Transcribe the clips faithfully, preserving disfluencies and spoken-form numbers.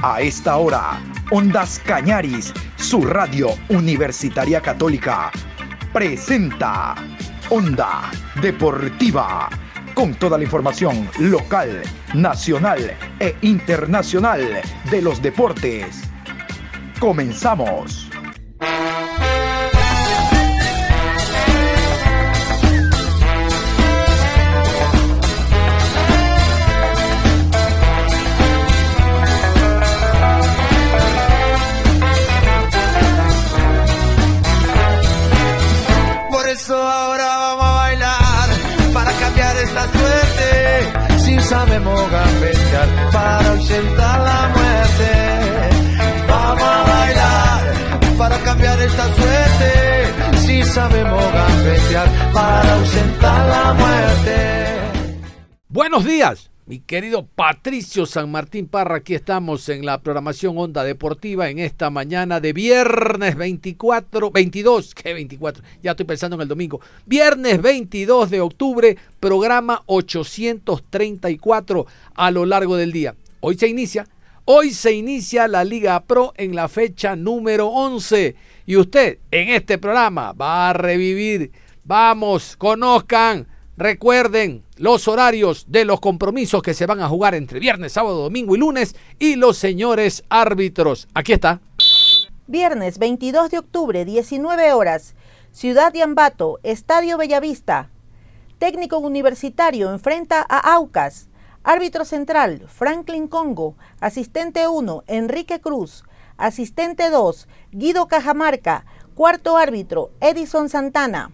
A esta hora, Ondas Cañaris, su radio universitaria católica, presenta Onda Deportiva, con toda la información local, nacional e internacional de los deportes. Comenzamos. Ahora vamos a bailar para cambiar esta suerte. Si sabemos gambetear para ausentar la muerte. Vamos a bailar para cambiar esta suerte. Si sabemos gambetear para ausentar la muerte. Buenos días, mi querido Patricio San Martín Parra. Aquí estamos en la programación Onda Deportiva en esta mañana de viernes veinticuatro, veintidós, ¿qué veinticuatro? Ya estoy pensando en el domingo. Viernes veintidós de octubre, programa ochocientos treinta y cuatro a lo largo del día. Hoy se inicia, hoy se inicia la Liga Pro en la fecha número once. Y usted en este programa va a revivir, vamos, conozcan, recuerden los horarios de los compromisos que se van a jugar entre viernes, sábado, domingo y lunes y los señores árbitros. Aquí está. Viernes veintidós de octubre, diecinueve horas, Ciudad de Ambato, Estadio Bellavista. Técnico Universitario enfrenta a Aucas. Árbitro central, Franklin Congo. Asistente uno, Enrique Cruz. Asistente dos, Guido Cajamarca. Cuarto árbitro, Edison Santana.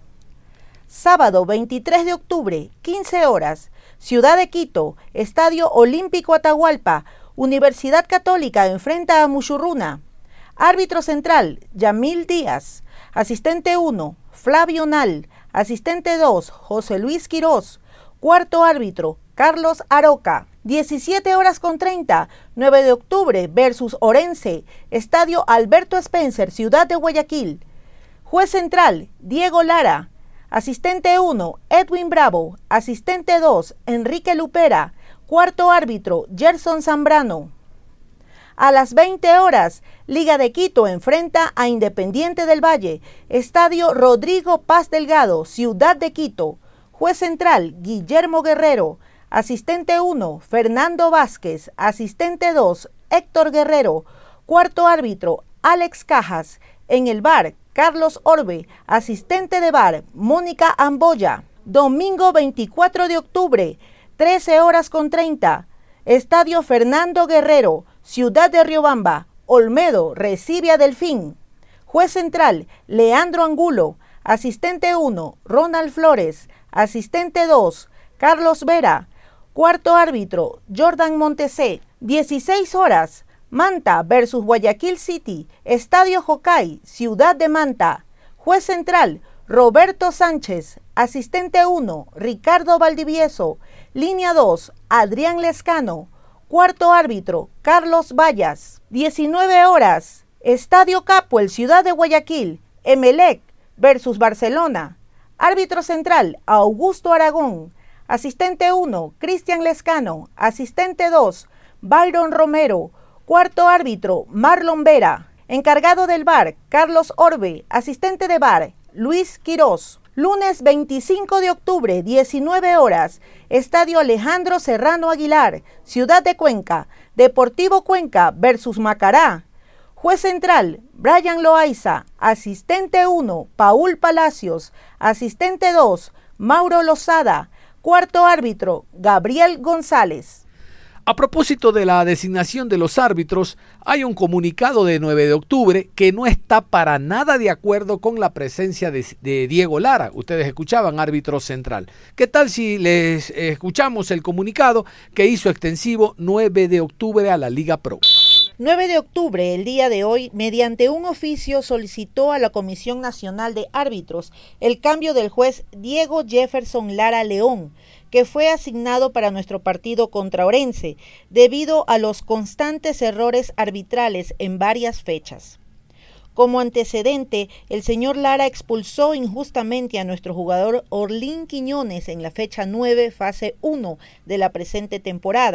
Sábado veintitrés de octubre, quince horas, Ciudad de Quito, Estadio Olímpico Atahualpa, Universidad Católica enfrenta a Muchurruna. Árbitro central, Yamil Díaz. Asistente uno, Flavio Nal. Asistente dos, José Luis Quirós. Cuarto árbitro, Carlos Aroca. diecisiete horas con treinta, nueve de octubre versus Orense, Estadio Alberto Spencer, Ciudad de Guayaquil. Juez central, Diego Lara. Asistente uno, Edwin Bravo. Asistente dos, Enrique Lupera. Cuarto árbitro, Gerson Zambrano. A las veinte horas, Liga de Quito enfrenta a Independiente del Valle. Estadio Rodrigo Paz Delgado, Ciudad de Quito. Juez central, Guillermo Guerrero. Asistente uno, Fernando Vázquez. Asistente dos, Héctor Guerrero. Cuarto árbitro, Alex Cajas. En el V A R, Carlos Orbe. Asistente de V A R, Mónica Amboya. Domingo veinticuatro de octubre, trece horas con treinta. Estadio Fernando Guerrero, Ciudad de Riobamba. Olmedo recibe a Delfín. Juez central, Leandro Angulo. Asistente uno, Ronald Flores. Asistente dos, Carlos Vera. Cuarto árbitro, Jordan Montesé. dieciséis horas. Manta versus Guayaquil City, Estadio Jocay, Ciudad de Manta. Juez central, Roberto Sánchez. Asistente uno, Ricardo Valdivieso. Línea dos, Adrián Lescano. Cuarto árbitro, Carlos Vallas. diecinueve horas, Estadio Capuel, Ciudad de Guayaquil, Emelec versus Barcelona. Árbitro central, Augusto Aragón. Asistente uno, Cristian Lescano. Asistente dos, Byron Romero. Cuarto árbitro, Marlon Vera. Encargado del V A R, Carlos Orbe. Asistente de V A R, Luis Quirós. Lunes veinticinco de octubre, diecinueve horas. Estadio Alejandro Serrano Aguilar, Ciudad de Cuenca. Deportivo Cuenca versus Macará. Juez central, Brian Loaiza. Asistente uno, Paul Palacios. Asistente dos, Mauro Lozada. Cuarto árbitro, Gabriel González. A propósito de la designación de los árbitros, hay un comunicado de nueve de octubre que no está para nada de acuerdo con la presencia de, de Diego Lara. Ustedes escuchaban, árbitro central. ¿Qué tal si les escuchamos el comunicado que hizo extensivo nueve de octubre a la Liga Pro? nueve de octubre, el día de hoy, mediante un oficio solicitó a la Comisión Nacional de Árbitros el cambio del juez Diego Jefferson Lara León, que fue asignado para nuestro partido contra Orense, debido a los constantes errores arbitrales en varias fechas. Como antecedente, el señor Lara expulsó injustamente a nuestro jugador Orlín Quiñones en la fecha nueve, fase uno de la presente temporada.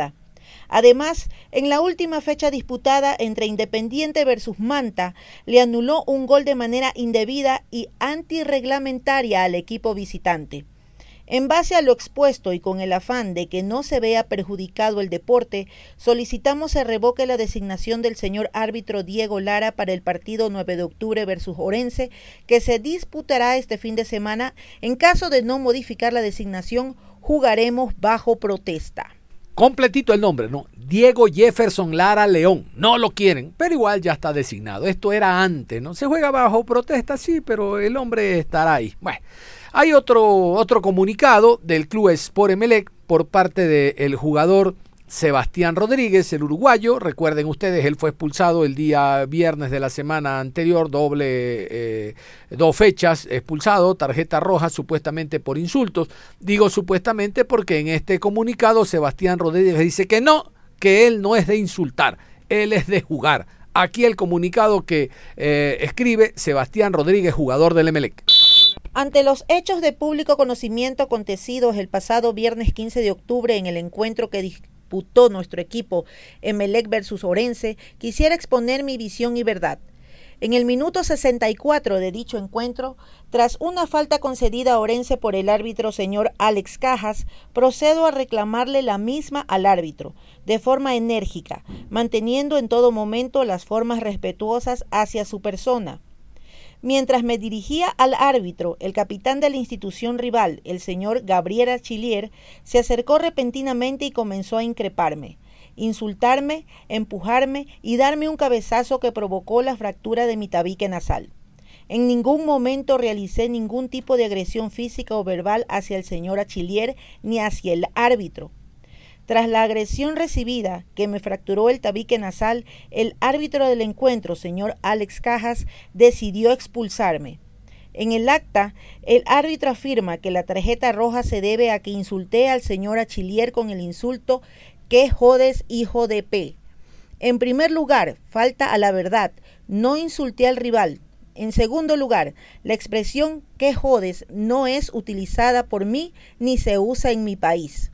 Además, en la última fecha disputada entre Independiente versus Manta, le anuló un gol de manera indebida y antirreglamentaria al equipo visitante. En base a lo expuesto y con el afán de que no se vea perjudicado el deporte, solicitamos se revoque la designación del señor árbitro Diego Lara para el partido nueve de octubre versus Orense, que se disputará este fin de semana. En caso de no modificar la designación, jugaremos bajo protesta. Completito el nombre, ¿no? Diego Jefferson Lara León. No lo quieren, pero igual ya está designado. Esto era antes, ¿no? Se juega bajo protesta, sí, pero el hombre estará ahí. Bueno, hay otro, otro comunicado del Club Sport Emelec por parte del jugador Sebastián Rodríguez, el uruguayo. Recuerden ustedes, él fue expulsado el día viernes de la semana anterior, doble, eh, dos fechas expulsado, tarjeta roja supuestamente por insultos. Digo supuestamente porque en este comunicado Sebastián Rodríguez dice que no, que él no es de insultar, él es de jugar. Aquí el comunicado que eh, escribe Sebastián Rodríguez, jugador del Emelec. Ante los hechos de público conocimiento acontecidos el pasado viernes quince de octubre en el encuentro que disputó nuestro equipo Emelec versus Orense, quisiera exponer mi visión y verdad. En el minuto sesenta y cuatro de dicho encuentro, tras una falta concedida a Orense por el árbitro señor Alex Cajas, procedo a reclamarle la misma al árbitro, de forma enérgica, manteniendo en todo momento las formas respetuosas hacia su persona. Mientras me dirigía al árbitro, el capitán de la institución rival, el señor Gabriel Achillier, se acercó repentinamente y comenzó a increparme, insultarme, empujarme y darme un cabezazo que provocó la fractura de mi tabique nasal. En ningún momento realicé ningún tipo de agresión física o verbal hacia el señor Achillier ni hacia el árbitro. Tras la agresión recibida, que me fracturó el tabique nasal, el árbitro del encuentro, señor Alex Cajas, decidió expulsarme. En el acta, el árbitro afirma que la tarjeta roja se debe a que insulté al señor Achillier con el insulto «¿Qué jodes, hijo de P?». En primer lugar, falta a la verdad, no insulté al rival. En segundo lugar, la expresión «¿Qué jodes?» no es utilizada por mí ni se usa en mi país.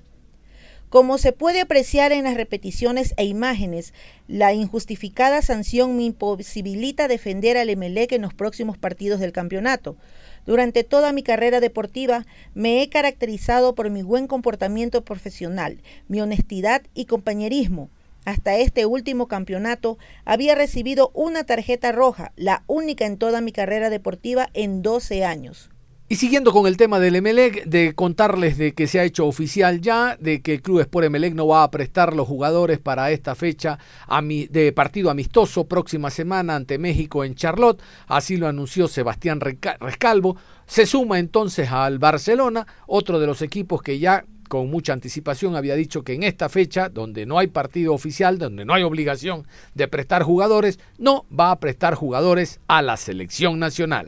Como se puede apreciar en las repeticiones e imágenes, la injustificada sanción me imposibilita defender al Emelec en los próximos partidos del campeonato. Durante toda mi carrera deportiva me he caracterizado por mi buen comportamiento profesional, mi honestidad y compañerismo. Hasta este último campeonato había recibido una tarjeta roja, la única en toda mi carrera deportiva en doce años. Y siguiendo con el tema del Emelec, de contarles de que se ha hecho oficial ya, de que el Club Sport Emelec no va a prestar los jugadores para esta fecha de partido amistoso próxima semana ante México en Charlotte, así lo anunció Sebastián Rescalvo. Se suma entonces al Barcelona, otro de los equipos que ya con mucha anticipación había dicho que en esta fecha, donde no hay partido oficial, donde no hay obligación de prestar jugadores, no va a prestar jugadores a la selección nacional.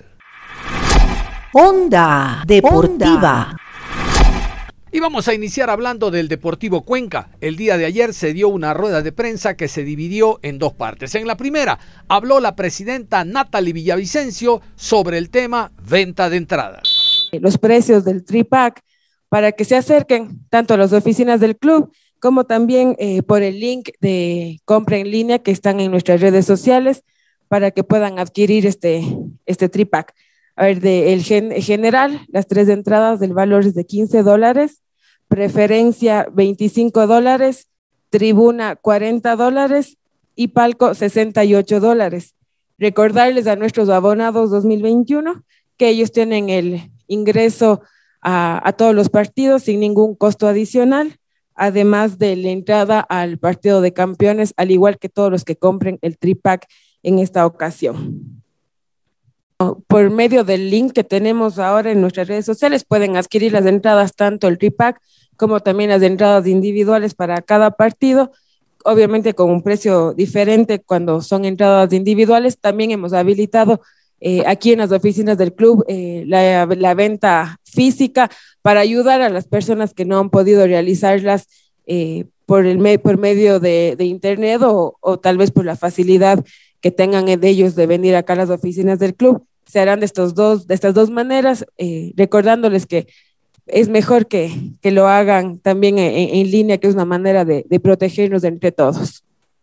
Onda Deportiva. Y vamos a iniciar hablando del Deportivo Cuenca. El día de ayer se dio una rueda de prensa que se dividió en dos partes. En la primera habló la presidenta Natalie Villavicencio sobre el tema venta de entradas. Los precios del tripack para que se acerquen tanto a las oficinas del club como también eh, por el link de compra en línea que están en nuestras redes sociales para que puedan adquirir este, este tripack. A ver, de el gen, general, las tres entradas del valor es de quince dólares, preferencia veinticinco dólares, tribuna cuarenta dólares y palco sesenta y ocho dólares. Recordarles a nuestros abonados dos mil veintiuno que ellos tienen el ingreso a, a todos los partidos sin ningún costo adicional, además de la entrada al partido de campeones, al igual que todos los que compren el tripack en esta ocasión. Por medio del link que tenemos ahora en nuestras redes sociales pueden adquirir las entradas, tanto el tripack como también las entradas individuales para cada partido, obviamente con un precio diferente cuando son entradas individuales. También hemos habilitado eh, aquí en las oficinas del club eh, la, la venta física para ayudar a las personas que no han podido realizarlas eh, por, el me, por medio de, de internet o, o tal vez por la facilidad que tengan de ellos de venir acá a las oficinas del club. Se harán de, estos dos, de estas dos maneras, eh, recordándoles que es mejor que, que lo hagan también en, en línea, que es una manera de, de protegernos entre todos.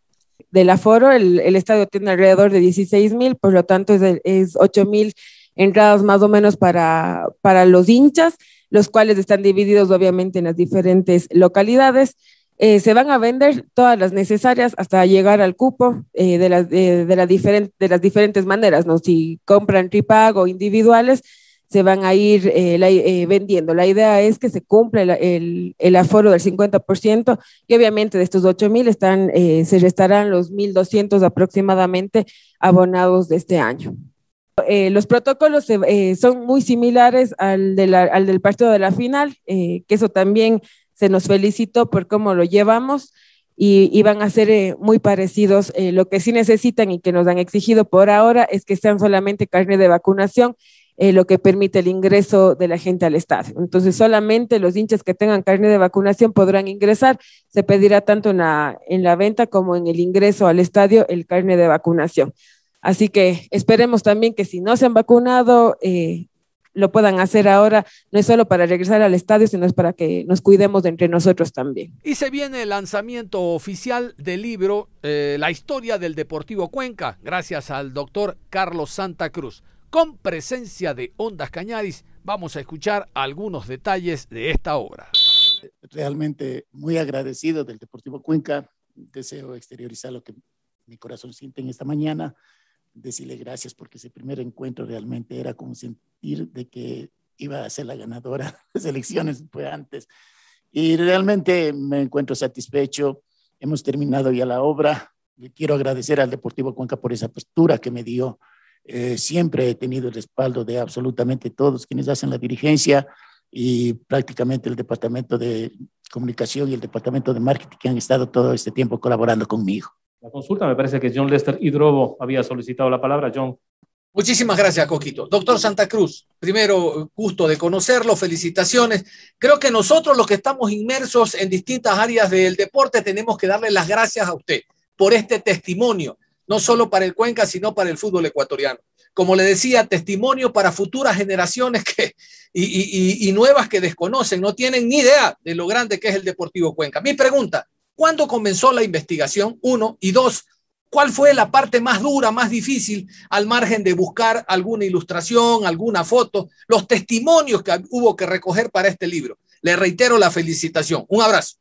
Del aforo, el, el estadio tiene alrededor de dieciséis mil, por lo tanto es, es ocho mil entradas más o menos para, para los hinchas, los cuales están divididos obviamente en las diferentes localidades. Eh, se van a vender todas las necesarias hasta llegar al cupo eh, de, las, de, de, la diferent, de las diferentes maneras, ¿no? Si compran tripago o individuales, se van a ir eh, la, eh, vendiendo. La idea es que se cumpla el, el, el aforo del cincuenta por ciento y obviamente de estos ocho mil están, eh, se restarán los mil doscientos aproximadamente abonados de este año. Eh, los protocolos eh, son muy similares al, de la, al del partido de la final, eh, que eso también se nos felicitó por cómo lo llevamos y, y van a ser eh, muy parecidos. Eh, lo que sí necesitan y que nos han exigido por ahora es que sean solamente carnet de vacunación, Eh, lo que permite el ingreso de la gente al estadio. Entonces, solamente los hinchas que tengan carnet de vacunación podrán ingresar. Se pedirá tanto en la, en la venta como en el ingreso al estadio el carnet de vacunación. Así que esperemos también que si no se han vacunado, eh, lo puedan hacer ahora. No es solo para regresar al estadio, sino es para que nos cuidemos de entre nosotros también. Y se viene el lanzamiento oficial del libro eh, La historia del Deportivo Cuenca, gracias al doctor Carlos Santa Cruz. Con presencia de Ondas Cañaris, vamos a escuchar algunos detalles de esta obra. Realmente muy agradecido del Deportivo Cuenca. Deseo exteriorizar lo que mi corazón siente en esta mañana. Decirle gracias porque ese primer encuentro realmente era como sentir de que iba a ser la ganadora de las elecciones, fue antes. Y realmente me encuentro satisfecho. Hemos terminado ya la obra. Le quiero agradecer al Deportivo Cuenca por esa postura que me dio. Eh, siempre he tenido el respaldo de absolutamente todos quienes hacen la dirigencia y prácticamente el departamento de comunicación y el departamento de marketing que han estado todo este tiempo colaborando conmigo. La consulta, me parece que John Lester Hidrobo había solicitado la palabra. John. Muchísimas gracias, Coquito. Doctor Santa Cruz, primero, gusto de conocerlo, felicitaciones. Creo que nosotros los que estamos inmersos en distintas áreas del deporte tenemos que darle las gracias a usted por este testimonio, no solo para el Cuenca, sino para el fútbol ecuatoriano. Como le decía, testimonio para futuras generaciones que, y, y, y nuevas que desconocen, no tienen ni idea de lo grande que es el Deportivo Cuenca. Mi pregunta, ¿cuándo comenzó la investigación? Uno, y dos, ¿cuál fue la parte más dura, más difícil, al margen de buscar alguna ilustración, alguna foto, los testimonios que hubo que recoger para este libro? Le reitero la felicitación. Un abrazo.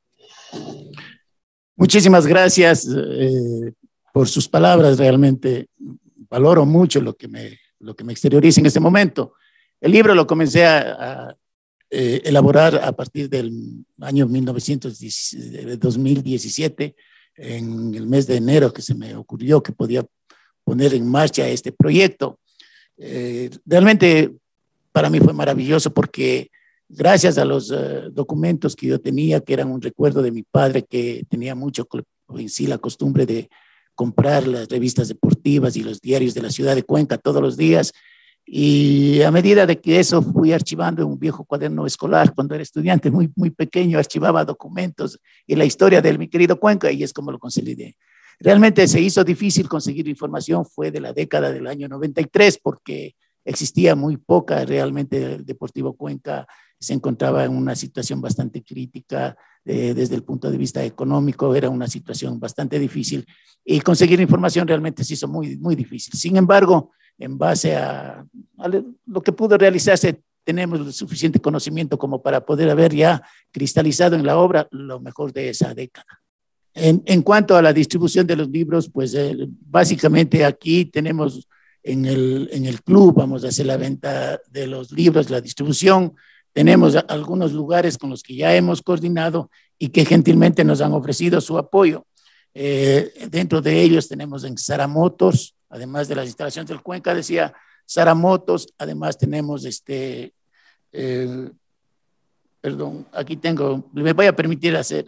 Muchísimas gracias eh, por sus palabras. Realmente valoro mucho lo que me, lo que me exterioriza en este momento. El libro lo comencé a, a eh, elaborar a partir del año mil novecientos diez, dos mil diecisiete, en el mes de enero, que se me ocurrió que podía poner en marcha este proyecto. Eh, realmente para mí fue maravilloso porque gracias a los uh, documentos que yo tenía, que eran un recuerdo de mi padre, que tenía mucho en sí la costumbre de comprar las revistas deportivas y los diarios de la ciudad de Cuenca todos los días, y a medida de que eso fui archivando en un viejo cuaderno escolar cuando era estudiante, muy, muy pequeño, archivaba documentos y la historia de mi querido Cuenca, y es como lo consolidé. Realmente se hizo difícil conseguir información, fue de la década del año noventa y tres, porque existía muy poca, realmente el Deportivo Cuenca se encontraba en una situación bastante crítica eh, desde el punto de vista económico, era una situación bastante difícil y conseguir información realmente se hizo muy, muy difícil. Sin embargo, en base a, a lo que pudo realizarse, tenemos el suficiente conocimiento como para poder haber ya cristalizado en la obra lo mejor de esa década. En, en cuanto a la distribución de los libros, pues eh, básicamente aquí tenemos en el, en el club, vamos a hacer la venta de los libros, la distribución. Tenemos algunos lugares con los que ya hemos coordinado y que gentilmente nos han ofrecido su apoyo. Eh, dentro de ellos tenemos en Sara Motors, además de las instalaciones del Cuenca, decía Sara Motors, además tenemos este, eh, perdón, aquí tengo, me voy a permitir hacer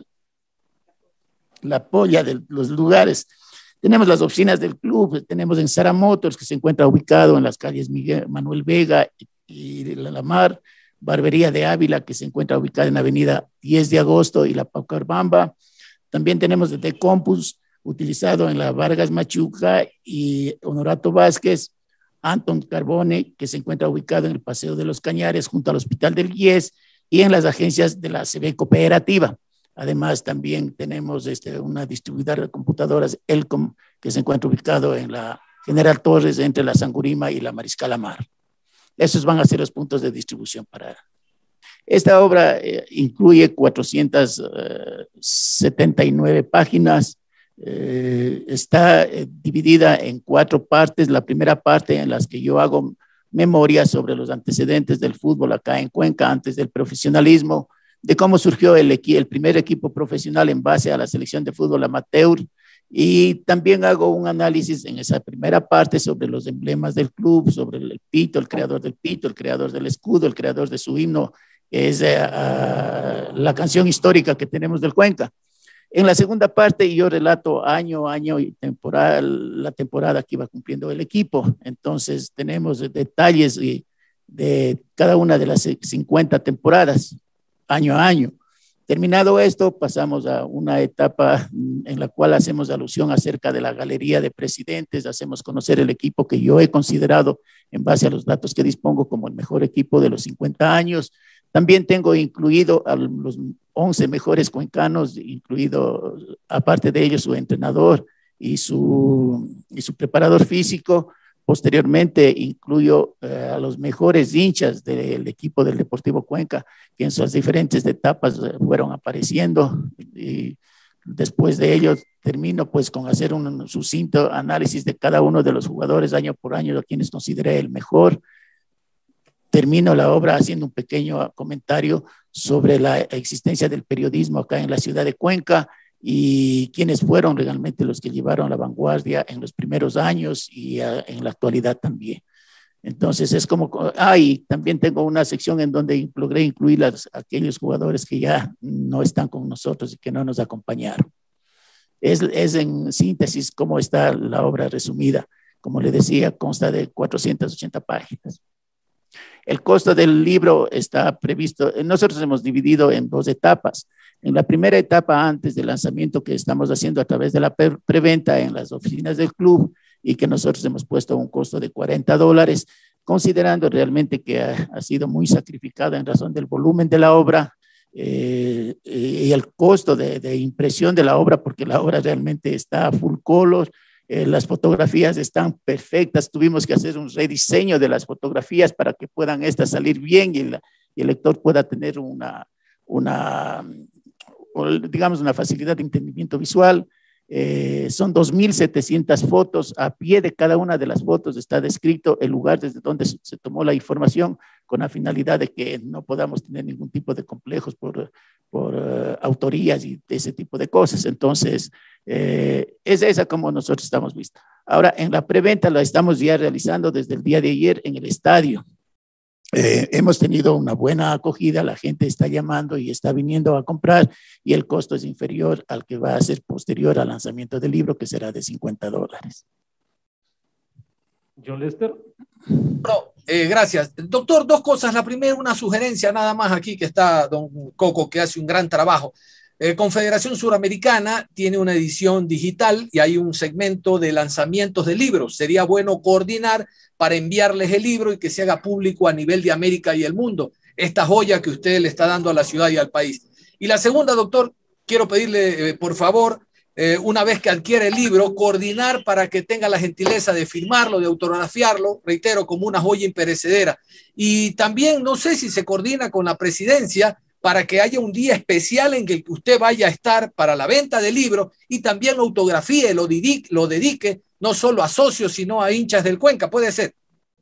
la polla de los lugares. Tenemos las oficinas del club, tenemos en Sara Motors, que se encuentra ubicado en las calles Miguel, Manuel Vega y de La Mar, Barbería de Ávila, que se encuentra ubicada en la avenida diez de agosto y la Paucarbamba. También tenemos el de Compus, utilizado en la Vargas Machuca y Honorato Vázquez. Anton Carbone, que se encuentra ubicado en el Paseo de los Cañares, junto al Hospital del Guíes. y en las agencias de la C B Cooperativa. Además, también tenemos este, una distribuidora de computadoras, Elcom, que se encuentra ubicado en la General Torres, entre la Sangurima y la Mariscal Amar. Esos van a ser los puntos de distribución para... Esta obra eh, incluye cuatrocientas setenta y nueve páginas, eh, está eh, dividida en cuatro partes. La primera parte en las que yo hago memoria sobre los antecedentes del fútbol acá en Cuenca antes del profesionalismo, de cómo surgió el, el primer equipo profesional en base a la selección de fútbol amateur, y también hago un análisis en esa primera parte sobre los emblemas del club, sobre el pito, el creador del pito, el creador del escudo, el creador de su himno, que es uh, la canción histórica que tenemos del Cuenca. En la segunda parte yo relato año a año y temporada, la temporada que iba cumpliendo el equipo. Entonces tenemos detalles de, de cada una de las cincuenta temporadas, año a año. Terminado esto, pasamos a una etapa en la cual hacemos alusión acerca de la galería de presidentes, hacemos conocer el equipo que yo he considerado, en base a los datos que dispongo, como el mejor equipo de los cincuenta años. También tengo incluido a los once mejores cuencanos, incluido, aparte de ellos, su entrenador y su, y su preparador físico. Posteriormente incluyo eh, a los mejores hinchas del equipo del Deportivo Cuenca, que en sus diferentes etapas eh, fueron apareciendo, y después de ello termino pues con hacer un sucinto análisis de cada uno de los jugadores año por año, a quienes consideré el mejor. Termino la obra haciendo un pequeño comentario sobre la existencia del periodismo acá en la ciudad de Cuenca, y quiénes fueron realmente los que llevaron la vanguardia en los primeros años y uh, en la actualidad también. Entonces es como, ah, y también tengo una sección en donde logré incluir las, aquellos jugadores que ya no están con nosotros y que no nos acompañaron. Es, es en síntesis cómo está la obra resumida. Como le decía, consta de cuatrocientas ochenta páginas. El costo del libro está previsto, nosotros hemos dividido en dos etapas. En la primera etapa, antes del lanzamiento, que estamos haciendo a través de la pre preventa en las oficinas del club, y que nosotros hemos puesto un costo de cuarenta dólares, considerando realmente que ha, ha sido muy sacrificada en razón del volumen de la obra eh, y el costo de, de impresión de la obra, porque la obra realmente está a full color. Eh, las fotografías están perfectas, tuvimos que hacer un rediseño de las fotografías para que puedan estas salir bien y, la, y el lector pueda tener una, una, digamos, una facilidad de entendimiento visual. Eh, son dos mil setecientas fotos. A pie de cada una de las fotos está descrito el lugar desde donde se, se tomó la información, con la finalidad de que no podamos tener ningún tipo de complejos por, por uh, autorías y ese tipo de cosas. Entonces, eh, es esa como nosotros estamos vistos. Ahora, en la preventa la estamos ya realizando desde el día de ayer en el estadio. Eh, hemos tenido una buena acogida, la gente está llamando y está viniendo a comprar, y el costo es inferior al que va a ser posterior al lanzamiento del libro, que será de cincuenta dólares. John Lester. No, eh, gracias. Doctor, dos cosas. La primera, una sugerencia nada más aquí, que está don Coco, que hace un gran trabajo. Eh, Confederación Suramericana tiene una edición digital y hay un segmento de lanzamientos de libros. Sería bueno coordinar para enviarles el libro y que se haga público a nivel de América y el mundo, esta joya que usted le está dando a la ciudad y al país. Y la segunda, doctor, quiero pedirle, eh, por favor, eh, una vez que adquiere el libro, coordinar para que tenga la gentileza de firmarlo, de autografiarlo, reitero, como una joya imperecedera. Y también, no sé si se coordina con la presidencia para que haya un día especial en el que usted vaya a estar para la venta del libro y también autografíe, lo dedique, lo dedique no solo a socios, sino a hinchas del Cuenca. ¿Puede ser?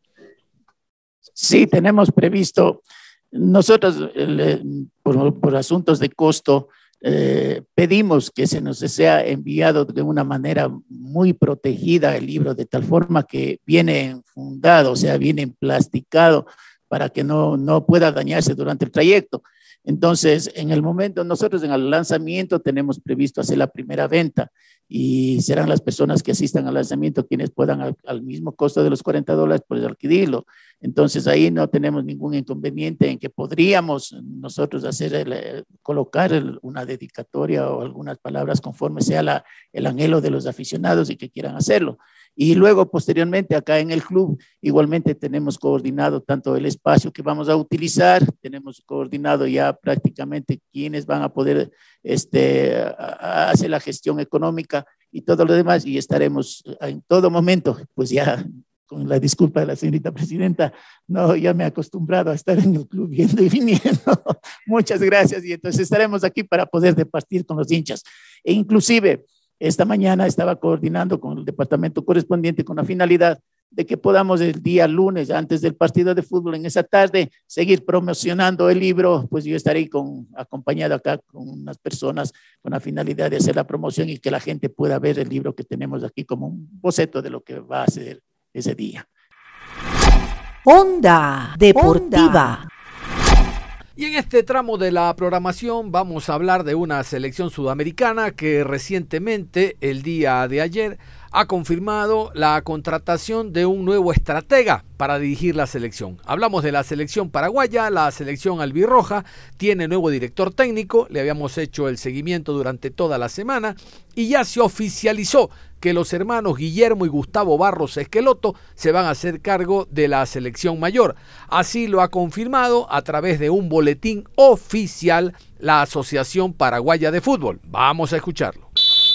Sí, tenemos previsto. Nosotros, eh, por, por asuntos de costo, eh, pedimos que se nos sea enviado de una manera muy protegida el libro, de tal forma que viene enfundado, o sea, viene emplasticado para que no, no pueda dañarse durante el trayecto. Entonces, en el momento, nosotros en el lanzamiento tenemos previsto hacer la primera venta, y serán las personas que asistan al lanzamiento quienes puedan al, al mismo costo de los cuarenta dólares pues adquirirlo. Entonces ahí no tenemos ningún inconveniente en que podríamos nosotros hacer el, colocar el, una dedicatoria o algunas palabras conforme sea la, el anhelo de los aficionados y que quieran hacerlo. Y luego, posteriormente, acá en el club, igualmente tenemos coordinado tanto el espacio que vamos a utilizar, tenemos coordinado ya prácticamente quiénes van a poder este, a, a hacer la gestión económica y todo lo demás, y estaremos en todo momento, pues ya, con la disculpa de la señorita presidenta, no, ya me he acostumbrado a estar en el club yendo y viniendo. Muchas gracias, y entonces estaremos aquí para poder departir con los hinchas. E inclusive, esta mañana estaba coordinando con el departamento correspondiente con la finalidad de que podamos el día lunes, antes del partido de fútbol, en esa tarde, seguir promocionando el libro. Pues yo estaré con, acompañado acá con unas personas con la finalidad de hacer la promoción y que la gente pueda ver el libro que tenemos aquí como un boceto de lo que va a ser ese día. Onda Deportiva. Y en este tramo de la programación vamos a hablar de una selección sudamericana que recientemente, el día de ayer, ha confirmado la contratación de un nuevo estratega para dirigir la selección. Hablamos de la selección paraguaya, la selección albirroja, tiene nuevo director técnico, le habíamos hecho el seguimiento durante toda la semana y ya se oficializó que los hermanos Guillermo y Gustavo Barros Esqueloto se van a hacer cargo de la selección mayor. Así lo ha confirmado a través de un boletín oficial la Asociación Paraguaya de Fútbol. Vamos a escucharlo.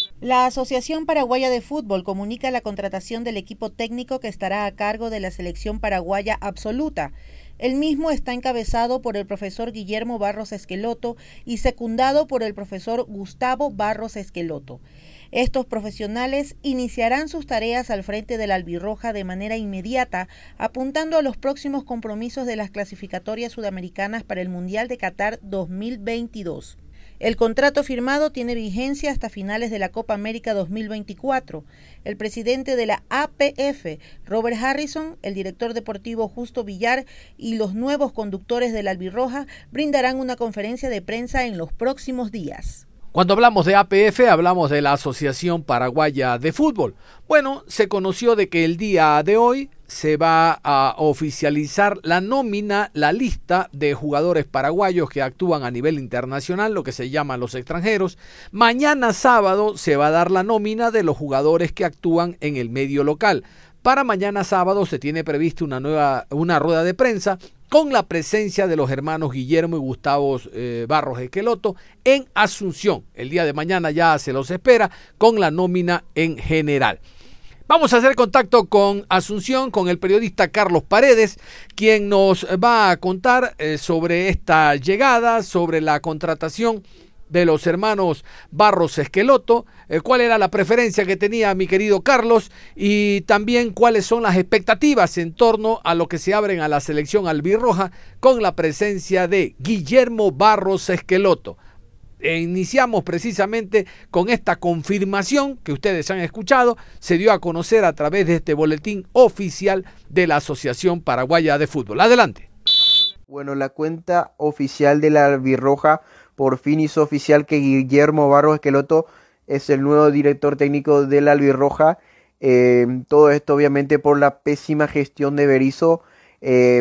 La Asociación Paraguaya de Fútbol comunica la contratación del equipo técnico que estará a cargo de la selección paraguaya absoluta. El mismo está encabezado por el profesor Guillermo Barros Esqueloto y secundado por el profesor Gustavo Barros Esqueloto. Estos profesionales iniciarán sus tareas al frente de la albirroja de manera inmediata, apuntando a los próximos compromisos de las clasificatorias sudamericanas para el Mundial de Qatar dos mil veintidós. El contrato firmado tiene vigencia hasta finales de la Copa América dos mil veinticuatro. El presidente de la A P F, Robert Harrison, el director deportivo Justo Villar y los nuevos conductores de la albirroja brindarán una conferencia de prensa en los próximos días. Cuando hablamos de A P F, hablamos de la Asociación Paraguaya de Fútbol. Bueno, se conoció de que el día de hoy se va a oficializar la nómina, la lista de jugadores paraguayos que actúan a nivel internacional, lo que se llaman los extranjeros. Mañana sábado se va a dar la nómina de los jugadores que actúan en el medio local. Para mañana sábado se tiene previsto una nueva una rueda de prensa con la presencia de los hermanos Guillermo y Gustavo eh, Barros Esqueloto en Asunción. El día de mañana ya se los espera con la nómina en general. Vamos a hacer contacto con Asunción, con el periodista Carlos Paredes, quien nos va a contar eh, sobre esta llegada, sobre la contratación de los hermanos Barros Esqueloto, eh, cuál era la preferencia que tenía mi querido Carlos y también cuáles son las expectativas en torno a lo que se abren a la selección albirroja con la presencia de Guillermo Barros Esqueloto. E iniciamos precisamente con esta confirmación que ustedes han escuchado, se dio a conocer a través de este boletín oficial de la Asociación Paraguaya de Fútbol. Adelante. Bueno, la cuenta oficial de la albirroja por fin hizo oficial que Guillermo Barros Esqueloto es el nuevo director técnico de la albirroja. Eh, todo esto obviamente por la pésima gestión de Berizzo, eh,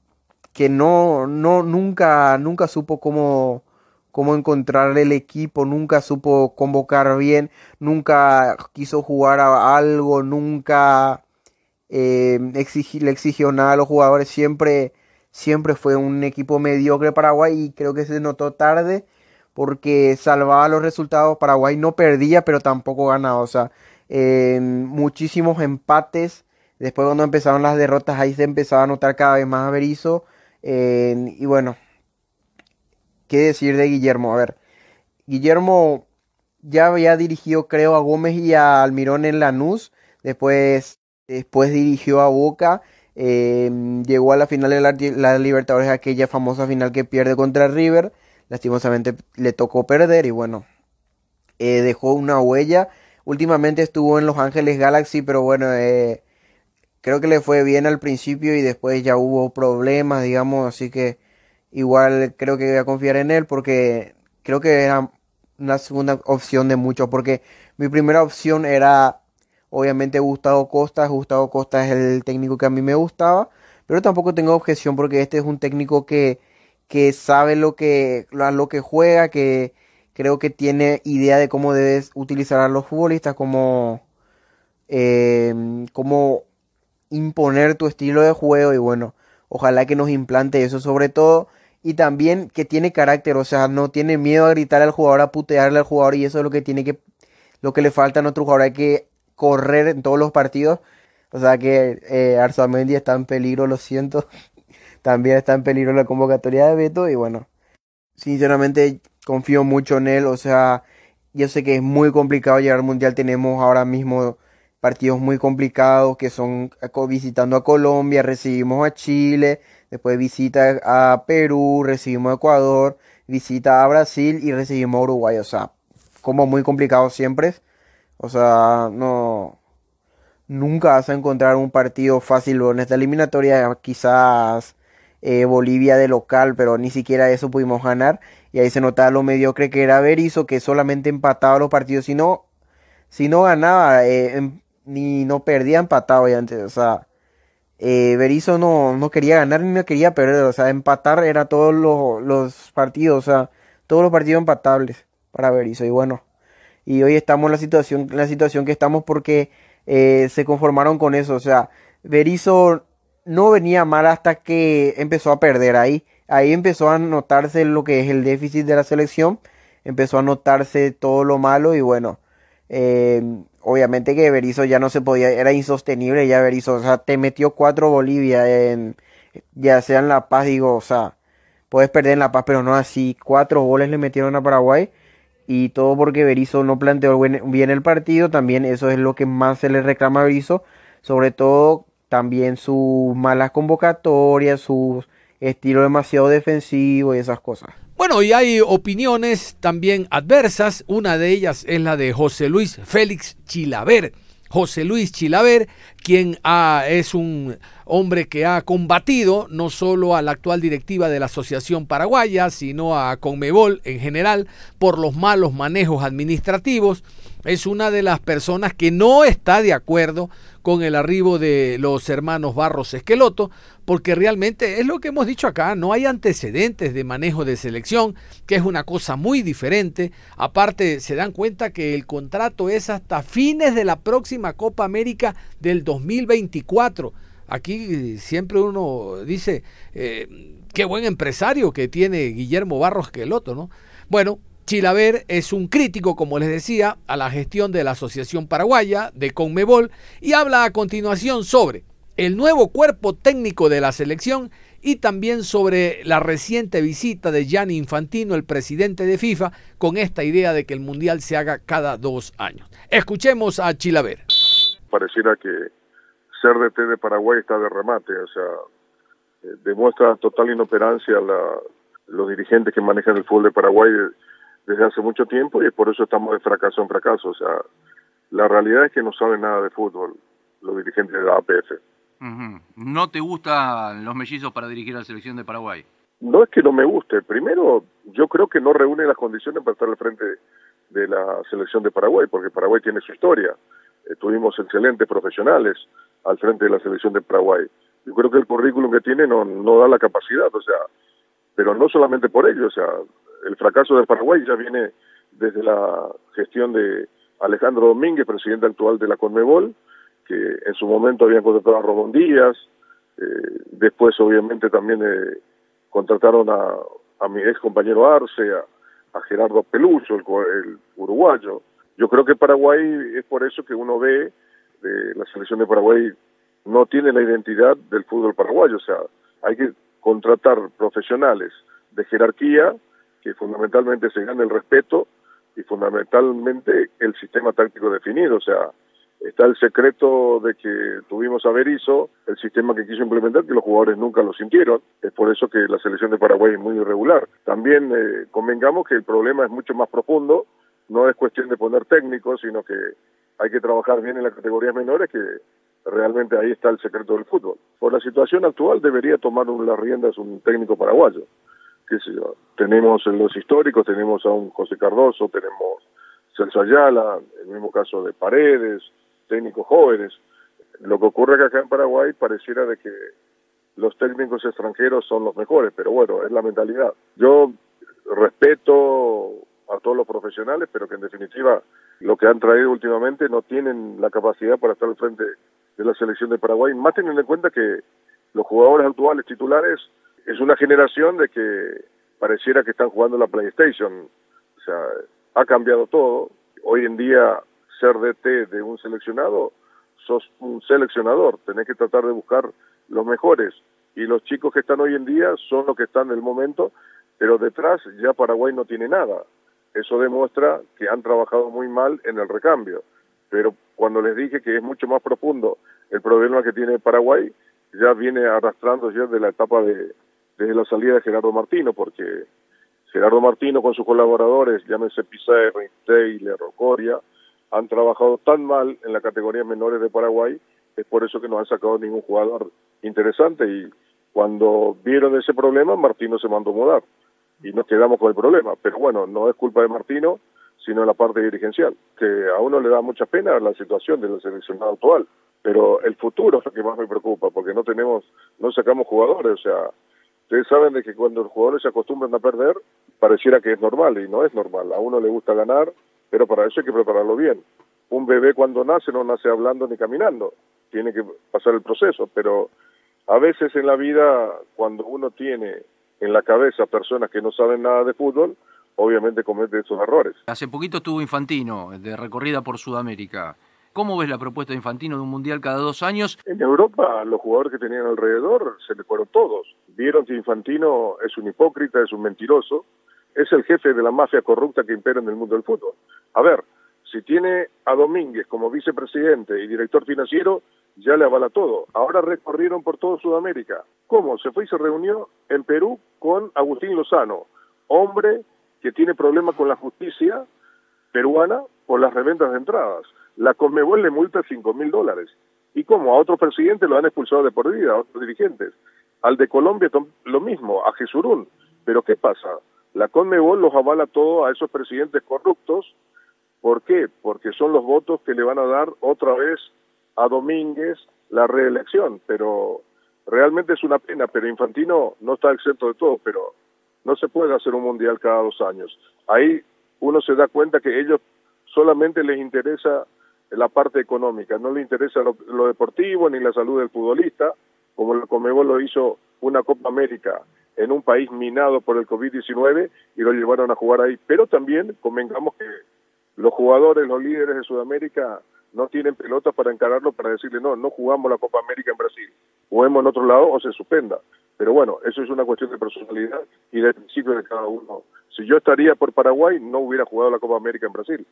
que no, no nunca, nunca supo cómo, cómo encontrar el equipo, nunca supo convocar bien, nunca quiso jugar a algo, nunca eh, exigi, le exigió nada a los jugadores, siempre... Siempre fue un equipo mediocre Paraguay y creo que se notó tarde porque salvaba los resultados. Paraguay no perdía, pero tampoco ganaba. O sea, eh, muchísimos empates. Después cuando empezaron las derrotas, ahí se empezaba a notar cada vez más a Berizzo. Eh, y bueno, ¿qué decir de Guillermo? A ver, Guillermo ya había dirigido, creo, a Gómez y a Almirón en Lanús. Después, después dirigió a Boca. Eh, llegó a la final de la, la Libertadores, aquella famosa final que pierde contra River. Lastimosamente le tocó perder y bueno, eh, dejó una huella. Últimamente estuvo en Los Ángeles Galaxy, pero bueno, eh, creo que le fue bien al principio y después ya hubo problemas, digamos, así que igual creo que voy a confiar en él porque creo que era una segunda opción de muchos, porque mi primera opción era obviamente Gustavo Costa. Gustavo Costa es el técnico que a mí me gustaba, pero tampoco tengo objeción porque este es un técnico que, que sabe lo que, lo que juega, que creo que tiene idea de cómo debes utilizar a los futbolistas, como, eh, cómo imponer tu estilo de juego y bueno, ojalá que nos implante eso sobre todo y también que tiene carácter, o sea, no tiene miedo a gritar al jugador, a putearle al jugador y eso es lo que tiene que, lo que le falta a nuestro jugador, hay que correr en todos los partidos, o sea que eh, Arzamendi está en peligro, lo siento, también está en peligro la convocatoria de Beto y bueno, sinceramente confío mucho en él, o sea, yo sé que es muy complicado llegar al Mundial, tenemos ahora mismo partidos muy complicados que son visitando a Colombia, recibimos a Chile, después visita a Perú, recibimos a Ecuador, visita a Brasil y recibimos a Uruguay, o sea, como muy complicado siempre, o sea, no, nunca vas a encontrar un partido fácil en esta eliminatoria, quizás eh, Bolivia de local, pero ni siquiera eso pudimos ganar, y ahí se notaba lo mediocre que era Berizzo, que solamente empataba los partidos, si no, si no ganaba, eh, em, ni no perdía empatado ya antes, o sea, eh, Berizzo no, no quería ganar ni no quería perder, o sea, empatar era todos los, los partidos, o sea, todos los partidos empatables para Berizzo, y bueno, y hoy estamos en la situación, en la situación que estamos porque eh, se conformaron con eso, o sea, Berizzo no venía mal hasta que empezó a perder ahí, ahí empezó a notarse lo que es el déficit de la selección, empezó a notarse todo lo malo y bueno, eh, obviamente que Berizzo ya no se podía, era insostenible ya Berizzo, o sea, te metió cuatro Bolivia en, ya sea en La Paz, digo, o sea, puedes perder en La Paz, pero no así, cuatro goles le metieron a Paraguay y todo porque Berizzo no planteó bien el partido, también eso es lo que más se le reclama a Berizzo, sobre todo también sus malas convocatorias, su estilo demasiado defensivo y esas cosas. Bueno, y hay opiniones también adversas. Una de ellas es la de José Luis Félix Chilaver. José Luis Chilaver, quien ha, es un hombre que ha combatido no solo a la actual directiva de la Asociación Paraguaya, sino a Conmebol en general por los malos manejos administrativos. Es una de las personas que no está de acuerdo con el arribo de los hermanos Barros Esqueloto, porque realmente es lo que hemos dicho acá, no hay antecedentes de manejo de selección, que es una cosa muy diferente. Aparte, se dan cuenta que el contrato es hasta fines de la próxima Copa América del dos mil veinticuatro. Aquí siempre uno dice, eh, qué buen empresario que tiene Guillermo Barros Esqueloto, ¿no? Bueno, Chilaver es un crítico, como les decía, a la gestión de la Asociación Paraguaya, de Conmebol, y habla a continuación sobre el nuevo cuerpo técnico de la selección y también sobre la reciente visita de Gianni Infantino, el presidente de FIFA, con esta idea de que el Mundial se haga cada dos años. Escuchemos a Chilaver. Pareciera que ser D T de Paraguay está de remate, o sea, eh, demuestra total inoperancia la, los dirigentes que manejan el fútbol de Paraguay desde hace mucho tiempo y por eso estamos de fracaso en fracaso. O sea, la realidad es que no saben nada de fútbol los dirigentes de la A P F. Uh-huh. ¿No te gustan los mellizos para dirigir a la selección de Paraguay? No es que no me guste. Primero, yo creo que no reúne las condiciones para estar al frente de la selección de Paraguay, porque Paraguay tiene su historia. Eh, tuvimos excelentes profesionales al frente de la selección de Paraguay. Yo creo que el currículum que tiene no, no da la capacidad, o sea, pero no solamente por ello, o sea, el fracaso de Paraguay ya viene desde la gestión de Alejandro Domínguez, presidente actual de la Conmebol, que en su momento habían contratado a Ramón Díaz, eh, después obviamente también eh, contrataron a, a mi ex compañero Arce, a, a Gerardo Peluso, el, el uruguayo. Yo creo que Paraguay, es por eso que uno ve, de la selección de Paraguay no tiene la identidad del fútbol paraguayo, o sea, hay que contratar profesionales de jerarquía que fundamentalmente se gane el respeto y fundamentalmente el sistema táctico definido, o sea, está el secreto de que tuvimos a Berizzo, el sistema que quiso implementar, que los jugadores nunca lo sintieron, es por eso que la selección de Paraguay es muy irregular. También eh, convengamos que el problema es mucho más profundo, no es cuestión de poner técnicos, sino que hay que trabajar bien en las categorías menores, que realmente ahí está el secreto del fútbol. Por la situación actual debería tomar las riendas un técnico paraguayo. Qué sé yo, tenemos en los históricos, tenemos a un José Cardoso, tenemos Celso Ayala, el mismo caso de Paredes, técnicos jóvenes. Lo que ocurre es que acá en Paraguay pareciera de que los técnicos extranjeros son los mejores, pero bueno, es la mentalidad. Yo respeto a todos los profesionales, pero que en definitiva lo que han traído últimamente no tienen la capacidad para estar al frente de la selección de Paraguay, más teniendo en cuenta que los jugadores actuales titulares es una generación de que pareciera que están jugando la PlayStation. O sea, ha cambiado todo. Hoy en día ser D T de un seleccionado, sos un seleccionador, tenés que tratar de buscar los mejores, y los chicos que están hoy en día son los que están en el momento, pero detrás ya Paraguay no tiene nada. Eso demuestra que han trabajado muy mal en el recambio, pero cuando les dije que es mucho más profundo el problema que tiene Paraguay, ya viene arrastrando ya de la etapa de desde la salida de Gerardo Martino, porque Gerardo Martino con sus colaboradores, llámese Pizarro, Taylor, Coria, han trabajado tan mal en la categoría menores de Paraguay, es por eso que no han sacado ningún jugador interesante, y cuando vieron ese problema, Martino se mandó a mudar, y nos quedamos con el problema. Pero bueno, no es culpa de Martino, sino la parte dirigencial, que a uno le da mucha pena la situación del seleccionado actual, pero el futuro es lo que más me preocupa, porque no tenemos, no sacamos jugadores. O sea, ustedes saben de que cuando los jugadores se acostumbran a perder, pareciera que es normal, y no es normal. A uno le gusta ganar, pero para eso hay que prepararlo bien. Un bebé cuando nace no nace hablando ni caminando, tiene que pasar el proceso, pero a veces en la vida, cuando uno tiene en la cabeza personas que no saben nada de fútbol, obviamente comete esos errores. Hace poquito estuvo Infantino, de recorrida por Sudamérica. ¿Cómo ves la propuesta de Infantino de un mundial cada dos años? En Europa, los jugadores que tenían alrededor se le fueron todos. Vieron que Infantino es un hipócrita, es un mentiroso, es el jefe de la mafia corrupta que impera en el mundo del fútbol. A ver, si tiene a Domínguez como vicepresidente y director financiero, ya le avala todo. Ahora recorrieron por todo Sudamérica. ¿Cómo? Se fue y se reunió en Perú con Agustín Lozano, hombre que tiene problemas con la justicia peruana por las reventas de entradas. La Conmebol le multa cinco mil dólares. ¿Y cómo? A otros presidentes lo han expulsado de por vida, a otros dirigentes. Al de Colombia lo mismo, a Jesurún. Pero ¿qué pasa? La Conmebol los avala todo a esos presidentes corruptos. ¿Por qué? Porque son los votos que le van a dar otra vez a Domínguez la reelección. Pero realmente es una pena, pero Infantino no está exento de todo, pero no se puede hacer un mundial cada dos años. Ahí uno se da cuenta que ellos solamente les interesa la parte económica, no les interesa lo, lo deportivo ni la salud del futbolista, como el Conmebol lo hizo una Copa América en un país minado por el COVID diecinueve y lo llevaron a jugar ahí. Pero también convengamos que los jugadores, los líderes de Sudamérica no tienen pelotas para encararlo, para decirle no, no jugamos la Copa América en Brasil, juguemos en otro lado o se suspenda. Pero bueno, eso es una cuestión de personalidad y de principio de cada uno. Si yo estaría por Paraguay, no hubiera jugado la Copa América en Brasil.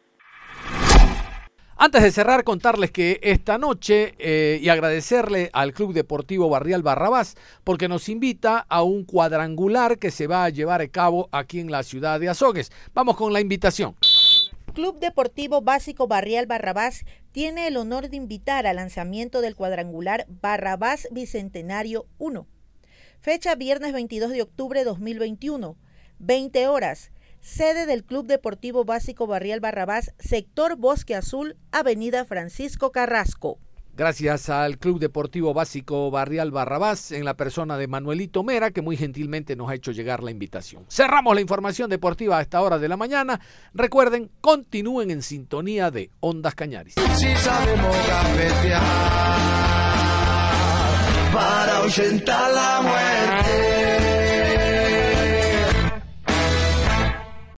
Antes de cerrar, contarles que esta noche eh, y agradecerle al Club Deportivo Barrial Barrabás porque nos invita a un cuadrangular que se va a llevar a cabo aquí en la ciudad de Azogues. Vamos con la invitación. Club Deportivo Básico Barrial Barrabás tiene el honor de invitar al lanzamiento del cuadrangular Barrabás Bicentenario uno. Fecha viernes veintidós de octubre de dos mil veintiuno, veinte horas. Sede del Club Deportivo Básico Barrial Barrabás, sector Bosque Azul, avenida Francisco Carrasco. Gracias al Club Deportivo Básico Barrial Barrabás, en la persona de Manuelito Mera, que muy gentilmente nos ha hecho llegar la invitación. Cerramos la información deportiva a esta hora de la mañana. Recuerden, continúen en sintonía de Ondas Cañaris. Si sabemos gambetear para ahuyentar la muerte.